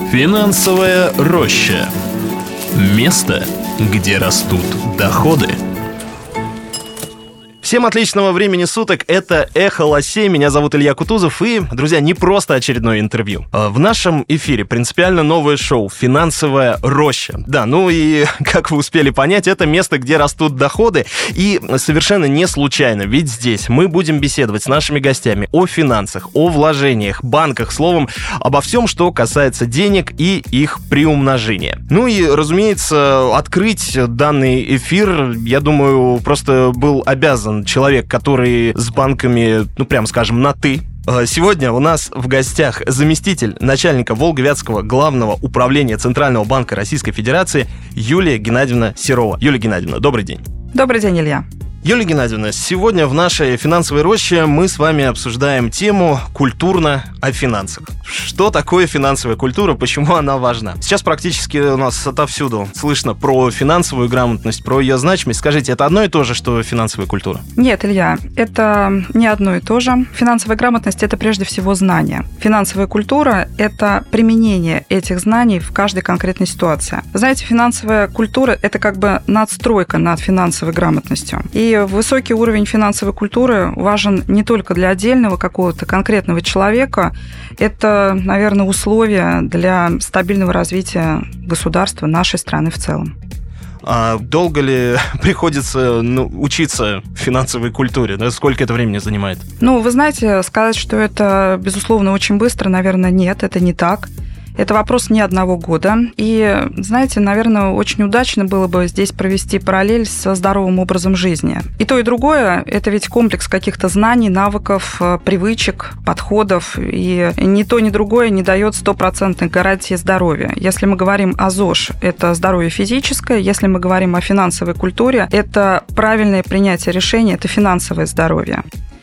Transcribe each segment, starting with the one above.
Финансовая роща. Место, где растут доходы. Всем отличного времени суток, это «Эхо Лосей», меня зовут Илья Кутузов, и, друзья, не просто очередное интервью. В нашем эфире принципиально новое шоу «Финансовая роща». Да, ну и, как вы успели понять, это место, где растут доходы, и совершенно не случайно, ведь здесь мы будем беседовать с нашими гостями о финансах, о вложениях, банках, словом, обо всем, что касается денег и их приумножения. Ну и, разумеется, открыть данный эфир, я думаю, просто был обязан человек, который с банками, прямо скажем, на «ты». Сегодня у нас в гостях заместитель начальника Волговятского главного управления Центрального банка Российской Федерации Юлия Геннадьевна Серова. Юлия Геннадьевна, добрый день. Добрый день, Илья. Юлия Геннадьевна, сегодня в нашей финансовой роще мы с вами обсуждаем тему «Культурно о финансах». Что такое финансовая культура, почему она важна? Сейчас практически у нас отовсюду слышно про финансовую грамотность, про ее значимость. Скажите, это одно и то же, что финансовая культура? Нет, Илья, это не одно и то же. Финансовая грамотность – это прежде всего знание. Финансовая культура – это применение этих знаний в каждой конкретной ситуации. Знаете, финансовая культура – это как бы надстройка над финансовой грамотностью. И высокий уровень финансовой культуры важен не только для отдельного какого-то конкретного человека. Это, наверное, условие для стабильного развития государства, нашей страны в целом. А долго ли приходится учиться финансовой культуре? Да? Сколько это времени занимает? Вы знаете, сказать, что это, безусловно, очень быстро, наверное, нет, это не так. Это вопрос не одного года. И, знаете, наверное, очень удачно было бы здесь провести параллель со здоровым образом жизни. И то, и другое – это ведь комплекс каких-то знаний, навыков, привычек, подходов. И ни то, ни другое не дает стопроцентной гарантии здоровья. Если мы говорим о ЗОЖ – это здоровье физическое. Если мы говорим о финансовой культуре – это правильное принятие решения, это финансовое здоровье.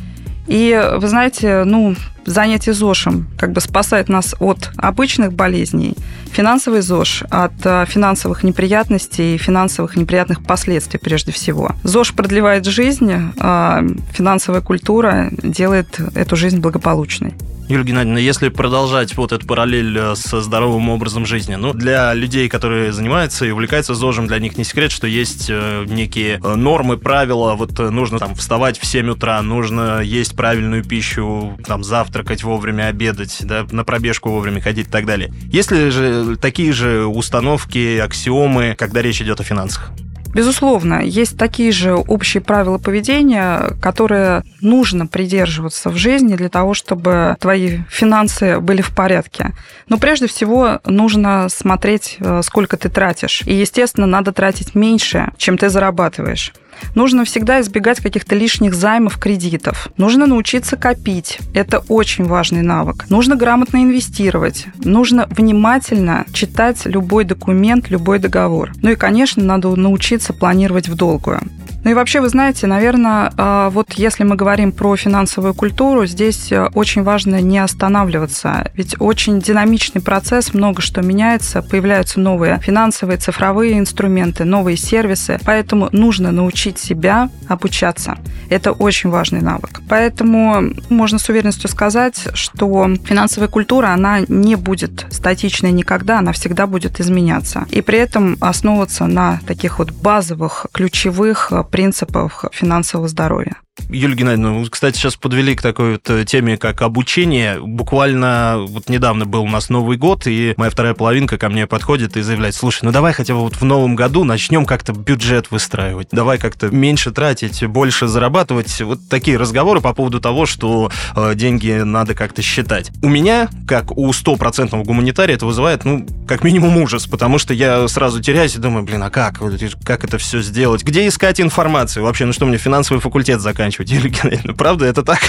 И, вы знаете, занятие ЗОЖем как бы спасает нас от обычных болезней, финансовый ЗОЖ от финансовых неприятностей и финансовых неприятных последствий прежде всего. ЗОЖ продлевает жизнь, а финансовая культура делает эту жизнь благополучной. Юлия Геннадьевна, если продолжать эту параллель со здоровым образом жизни, для людей, которые занимаются и увлекаются ЗОЖем, для них не секрет, что есть некие нормы, правила. Нужно вставать в 7 утра, нужно есть правильную пищу, завтракать вовремя, обедать, да, на пробежку вовремя ходить и так далее. Есть ли же такие же установки, аксиомы, когда речь идет о финансах? Безусловно, есть такие же общие правила поведения, которые нужно придерживаться в жизни для того, чтобы твои финансы были в порядке. Но прежде всего нужно смотреть, сколько ты тратишь. И, естественно, надо тратить меньше, чем ты зарабатываешь. Нужно всегда избегать каких-то лишних займов, кредитов. Нужно научиться копить. Это очень важный навык. Нужно грамотно инвестировать. Нужно внимательно читать любой документ, любой договор. И, конечно, надо научиться планировать в долгую. И вообще, вы знаете, наверное, если мы говорим про финансовую культуру, здесь очень важно не останавливаться. Ведь очень динамичный процесс, много что меняется, появляются новые финансовые, цифровые инструменты, новые сервисы. Поэтому нужно научить себя обучаться. Это очень важный навык. Поэтому можно с уверенностью сказать, что финансовая культура, она не будет статичной никогда, она всегда будет изменяться. И при этом основываться на таких базовых, ключевых принципах финансового здоровья. Юлия Геннадьевна, кстати, сейчас подвели к такой теме, как обучение. Буквально недавно был у нас Новый год, и моя вторая половинка ко мне подходит и заявляет: слушай, давай хотя бы в новом году начнем как-то бюджет выстраивать, давай как-то меньше тратить, больше зарабатывать. Такие разговоры по поводу того, что деньги надо как-то считать. У меня, как у 100% гуманитария, это вызывает, как минимум ужас, потому что я сразу теряюсь и думаю, а как это все сделать? Где искать информацию? Вообще, что мне финансовый факультет заканчивать? Юлия Геннадьевна, правда, это так?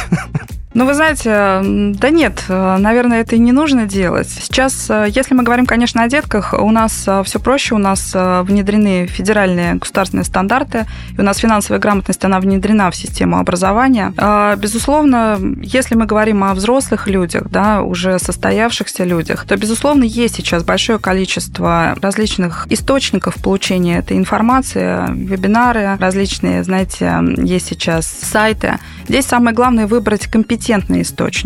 Вы знаете, да нет, наверное, это и не нужно делать. Сейчас, если мы говорим, конечно, о детках, у нас все проще, у нас внедрены федеральные государственные стандарты, и у нас финансовая грамотность, она внедрена в систему образования. Безусловно, если мы говорим о взрослых людях, да, уже состоявшихся людях, то, безусловно, есть сейчас большое количество различных источников получения этой информации, вебинары различные, знаете, есть сейчас сайты. Здесь самое главное выбрать компетентный источник.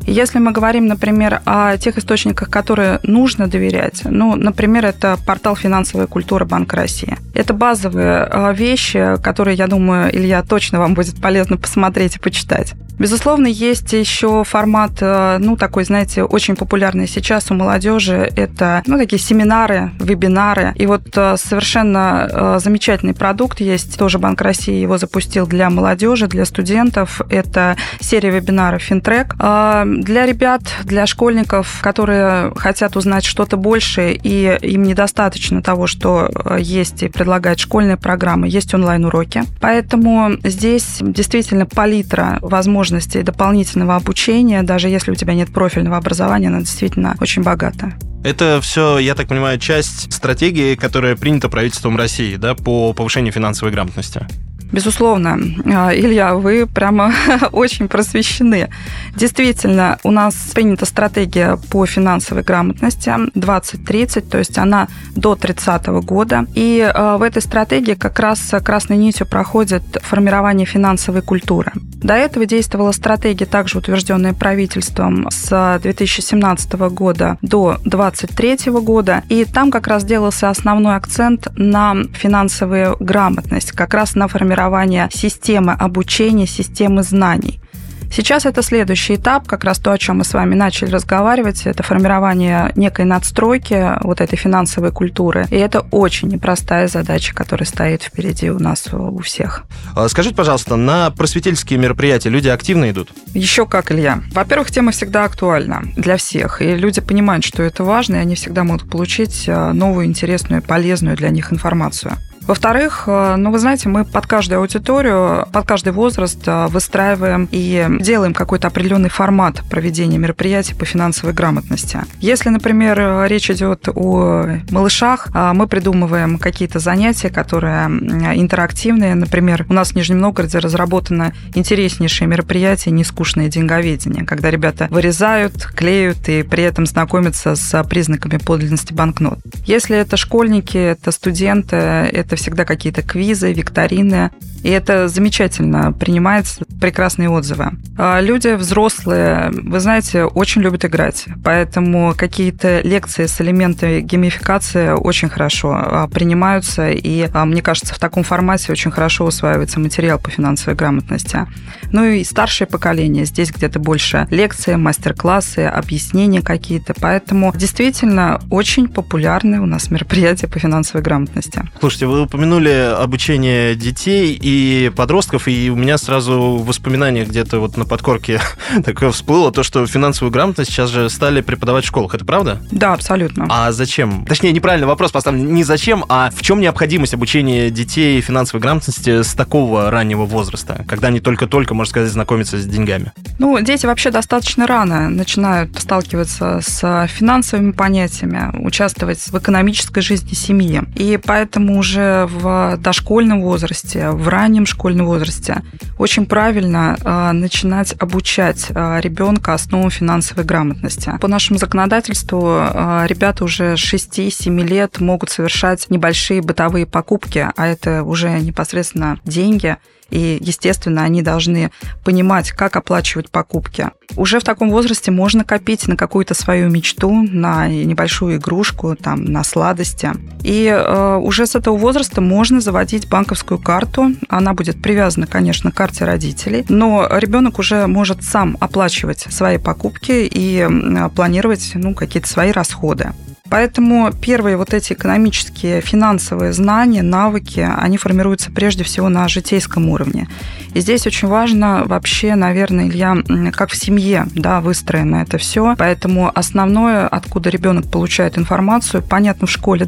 И если мы говорим, например, о тех источниках, которые нужно доверять, например, это портал «Финансовая культура Банка России». Это базовые вещи, которые, я думаю, Илья, точно вам будет полезно посмотреть и почитать. Безусловно, есть еще формат, такой, знаете, очень популярный сейчас у молодежи. Это, такие семинары, вебинары. И вот совершенно замечательный продукт есть, тоже Банк России его запустил для молодежи, для студентов. Это серия вебинаров «Финтрек». Для ребят, для школьников, которые хотят узнать что-то большее, и им недостаточно того, что есть и предлагает школьная программа, есть онлайн-уроки. Поэтому здесь действительно палитра возможностей дополнительного обучения, даже если у тебя нет профильного образования, она действительно очень богата. Это все, я так понимаю, часть стратегии, которая принята правительством России, да, по повышению финансовой грамотности. Безусловно. Илья, вы прямо очень просвещены. Действительно, у нас принята стратегия по финансовой грамотности 2030, то есть она до 30 года. И в этой стратегии как раз красной нитью проходит формирование финансовой культуры. До этого действовала стратегия, также утвержденная правительством с 2017 года до 2023 года. И там как раз делался основной акцент на финансовую грамотность, как раз на формирование системы обучения, системы знаний. Сейчас это следующий этап, как раз то, о чем мы с вами начали разговаривать, это формирование некой надстройки вот этой финансовой культуры. И это очень непростая задача, которая стоит впереди у нас у всех. Скажите, пожалуйста, на просветительские мероприятия люди активно идут? Еще как, Илья. Во-первых, тема всегда актуальна для всех, и люди понимают, что это важно, и они всегда могут получить новую, интересную, полезную для них информацию. Во-вторых, вы знаете, мы под каждую аудиторию, под каждый возраст выстраиваем и делаем какой-то определенный формат проведения мероприятий по финансовой грамотности. Если, например, речь идет о малышах, мы придумываем какие-то занятия, которые интерактивные. Например, у нас в Нижнем Новгороде разработано интереснейшее мероприятие «Нескучное деньговедение», когда ребята вырезают, клеют и при этом знакомятся с признаками подлинности банкнот. Если это школьники, это студенты, это всегда какие-то квизы, викторины. И это замечательно принимается, прекрасные отзывы. Люди взрослые, вы знаете, очень любят играть, поэтому какие-то лекции с элементами геймификации очень хорошо принимаются, и, мне кажется, в таком формате очень хорошо усваивается материал по финансовой грамотности. И старшее поколение, здесь где-то больше лекции, мастер-классы, объяснения какие-то, поэтому действительно очень популярны у нас мероприятия по финансовой грамотности. Слушайте, вы упомянули обучение детей и подростков, и у меня сразу воспоминания где-то вот на подкорке такое всплыло, то, что финансовую грамотность сейчас же стали преподавать в школах. Это правда? Да, абсолютно. А зачем? Точнее, неправильный вопрос поставлен. Не зачем, а в чем необходимость обучения детей финансовой грамотности с такого раннего возраста, когда они только-только, можно сказать, знакомятся с деньгами? Дети вообще достаточно рано начинают сталкиваться с финансовыми понятиями, участвовать в экономической жизни семьи. И поэтому уже в дошкольном возрасте, в раннем школьном возрасте очень правильно начинать обучать ребенка основам финансовой грамотности. По нашему законодательству ребята уже с 6-7 лет могут совершать небольшие бытовые покупки, а это уже непосредственно деньги. И, естественно, они должны понимать, как оплачивать покупки. Уже в таком возрасте можно копить на какую-то свою мечту, на небольшую игрушку, на сладости. И уже с этого возраста можно заводить банковскую карту. Она будет привязана, конечно, к карте родителей, но ребенок уже может сам оплачивать свои покупки и планировать какие-то свои расходы. Поэтому первые вот эти экономические, финансовые знания, навыки, они формируются прежде всего на житейском уровне. И здесь очень важно вообще, наверное, Илья, как в семье, выстроено это все. Поэтому основное, откуда ребенок получает информацию, понятно, в школе,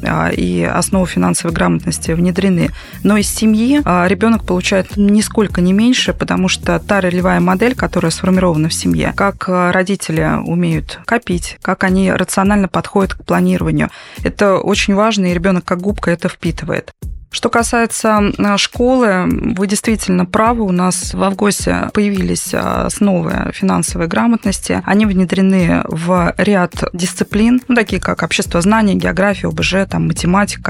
и основы финансовой грамотности внедрены. Но из семьи ребенок получает нисколько не меньше, потому что та ролевая модель, которая сформирована в семье, как родители умеют копить, как они рационально подходят к планированию. Это очень важно, и ребенок как губка это впитывает. Что касается школы, вы действительно правы, у нас в Авгосе появились основы финансовой грамотности, они внедрены в ряд дисциплин, такие как обществознание, география, ОБЖ, математика.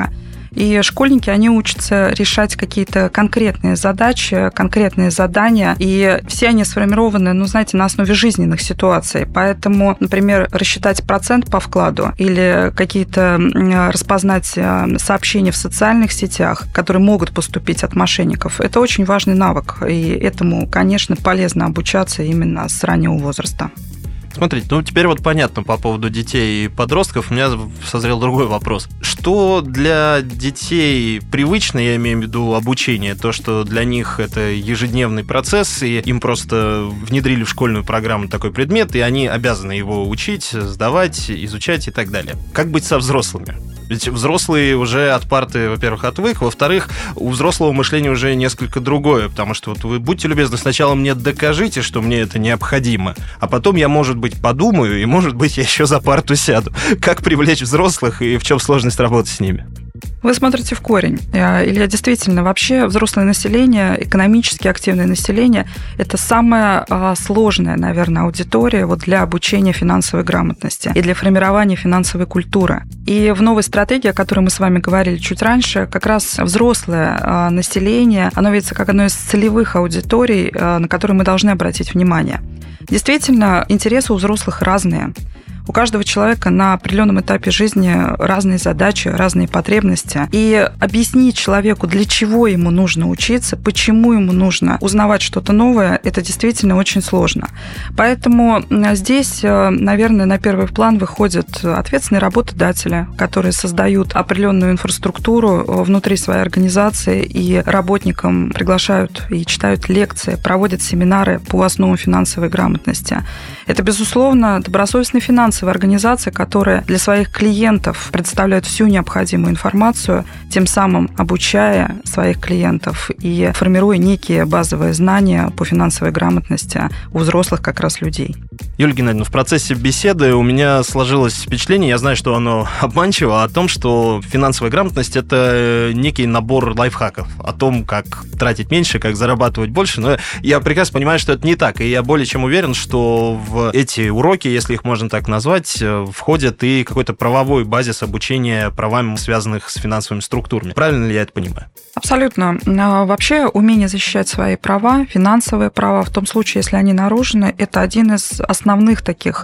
И школьники, они учатся решать какие-то конкретные задачи, конкретные задания, и все они сформированы, на основе жизненных ситуаций. Поэтому, например, рассчитать процент по вкладу или какие-то распознать сообщения в социальных сетях, которые могут поступить от мошенников, это очень важный навык, и этому, конечно, полезно обучаться именно с раннего возраста. Смотрите, теперь понятно по поводу детей и подростков. У меня созрел другой вопрос. Что для детей привычно, я имею в виду обучение, то, что для них это ежедневный процесс, и им просто внедрили в школьную программу такой предмет, и они обязаны его учить, сдавать, изучать и так далее. Как быть со взрослыми? Ведь взрослый уже от парты, во-первых, отвык, во-вторых, у взрослого мышления уже несколько другое, потому что вы будьте любезны, сначала мне докажите, что мне это необходимо, а потом я, может быть, подумаю, и, может быть, я еще за парту сяду. Как привлечь взрослых и в чем сложность работы с ними? Вы смотрите в корень. Илья, действительно, вообще взрослое население, экономически активное население – это самая сложная, наверное, аудитория для обучения финансовой грамотности и для формирования финансовой культуры. И в новой стратегии, о которой мы с вами говорили чуть раньше, как раз взрослое население, оно видится как одно из целевых аудиторий, на которые мы должны обратить внимание. Действительно, интересы у взрослых разные. У каждого человека на определенном этапе жизни разные задачи, разные потребности. И объяснить человеку, для чего ему нужно учиться, почему ему нужно узнавать что-то новое, это действительно очень сложно. Поэтому здесь, наверное, на первый план выходят ответственные работодатели, которые создают определенную инфраструктуру внутри своей организации и работникам приглашают и читают лекции, проводят семинары по основам финансовой грамотности. Это, безусловно, добросовестные финансовые организации, которые для своих клиентов предоставляют всю необходимую информацию, тем самым обучая своих клиентов и формируя некие базовые знания по финансовой грамотности у взрослых как раз людей. Юлия Геннадьевна, в процессе беседы у меня сложилось впечатление, я знаю, что оно обманчиво, о том, что финансовая грамотность – это некий набор лайфхаков о том, как тратить меньше, как зарабатывать больше, но я прекрасно понимаю, что это не так, и я более чем уверен, что в эти уроки, если их можно так назвать, входит и какой-то правовой базис обучения правам, связанных с финансовыми структурами. Правильно ли я это понимаю? Абсолютно. Вообще, умение защищать свои права, финансовые права, в том случае, если они нарушены, это один из основных таких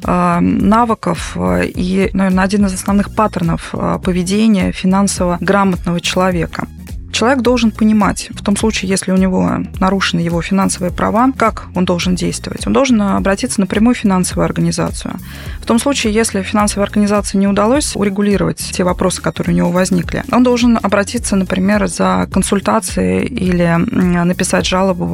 навыков и, наверное, один из основных паттернов поведения финансово грамотного человека. Человек должен понимать, в том случае, если у него нарушены его финансовые права, как он должен действовать. Он должен обратиться напрямую в финансовую организацию. В том случае, если финансовой организации не удалось урегулировать те вопросы, которые у него возникли, он должен обратиться, например, за консультацией или написать жалобу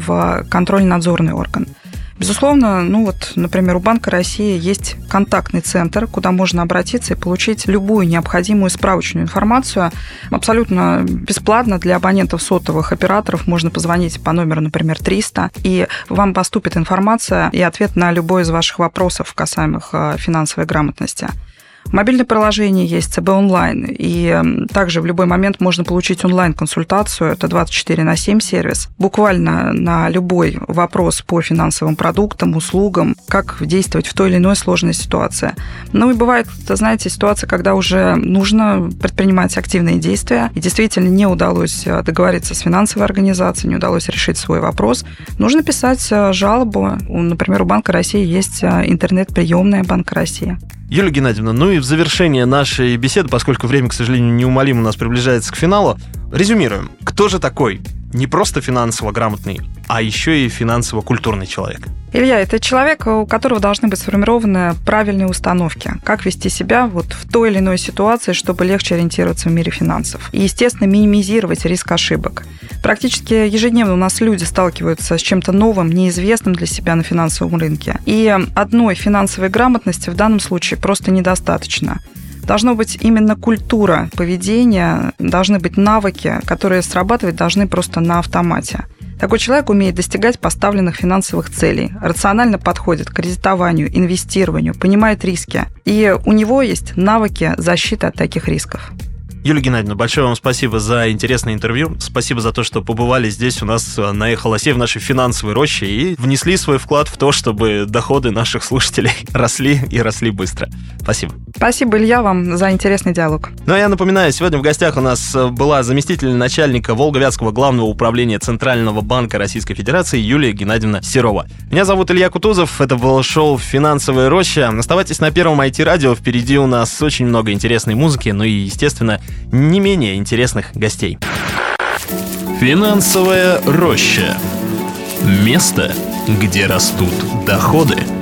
в контрольно-надзорный орган. Безусловно, например, у Банка России есть контактный центр, куда можно обратиться и получить любую необходимую справочную информацию. Абсолютно бесплатно для абонентов сотовых операторов можно позвонить по номеру, например, 300, и вам поступит информация и ответ на любой из ваших вопросов, касаемых финансовой грамотности. Мобильное приложение есть ЦБ онлайн, и также в любой момент можно получить онлайн-консультацию, это 24/7 сервис, буквально на любой вопрос по финансовым продуктам, услугам, как действовать в той или иной сложной ситуации. И бывает, знаете, ситуация, когда уже нужно предпринимать активные действия, и действительно не удалось договориться с финансовой организацией, не удалось решить свой вопрос, нужно писать жалобу. Например, у Банка России есть интернет-приемная Банка России. Юлия Геннадьевна, и в завершение нашей беседы, поскольку время, к сожалению, неумолимо у нас приближается к финалу, резюмируем. Кто же такой не просто финансово грамотный, а еще и финансово-культурный человек? Илья, это человек, у которого должны быть сформированы правильные установки, как вести себя в той или иной ситуации, чтобы легче ориентироваться в мире финансов. И, естественно, минимизировать риск ошибок. Практически ежедневно у нас люди сталкиваются с чем-то новым, неизвестным для себя на финансовом рынке. И одной финансовой грамотности в данном случае просто недостаточно. Должна быть именно культура поведения, должны быть навыки, которые срабатывать должны просто на автомате. Такой человек умеет достигать поставленных финансовых целей, рационально подходит к кредитованию, инвестированию, понимает риски. И у него есть навыки защиты от таких рисков. Юлия Геннадьевна, большое вам спасибо за интересное интервью. Спасибо за то, что побывали здесь у нас на Эхо Лосей в нашей финансовой роще и внесли свой вклад в то, чтобы доходы наших слушателей росли и росли быстро. Спасибо. Спасибо, Илья, вам за интересный диалог. Ну а я напоминаю, сегодня в гостях у нас была заместитель начальника Волго-Вятского главного управления Центрального банка Российской Федерации Юлия Геннадьевна Серова. Меня зовут Илья Кутузов, это было шоу «Финансовая роща». Оставайтесь на Первом IT-радио, впереди у нас очень много интересной музыки, ну и, естественно, не менее интересных гостей. Финансовая роща. Место, где растут доходы.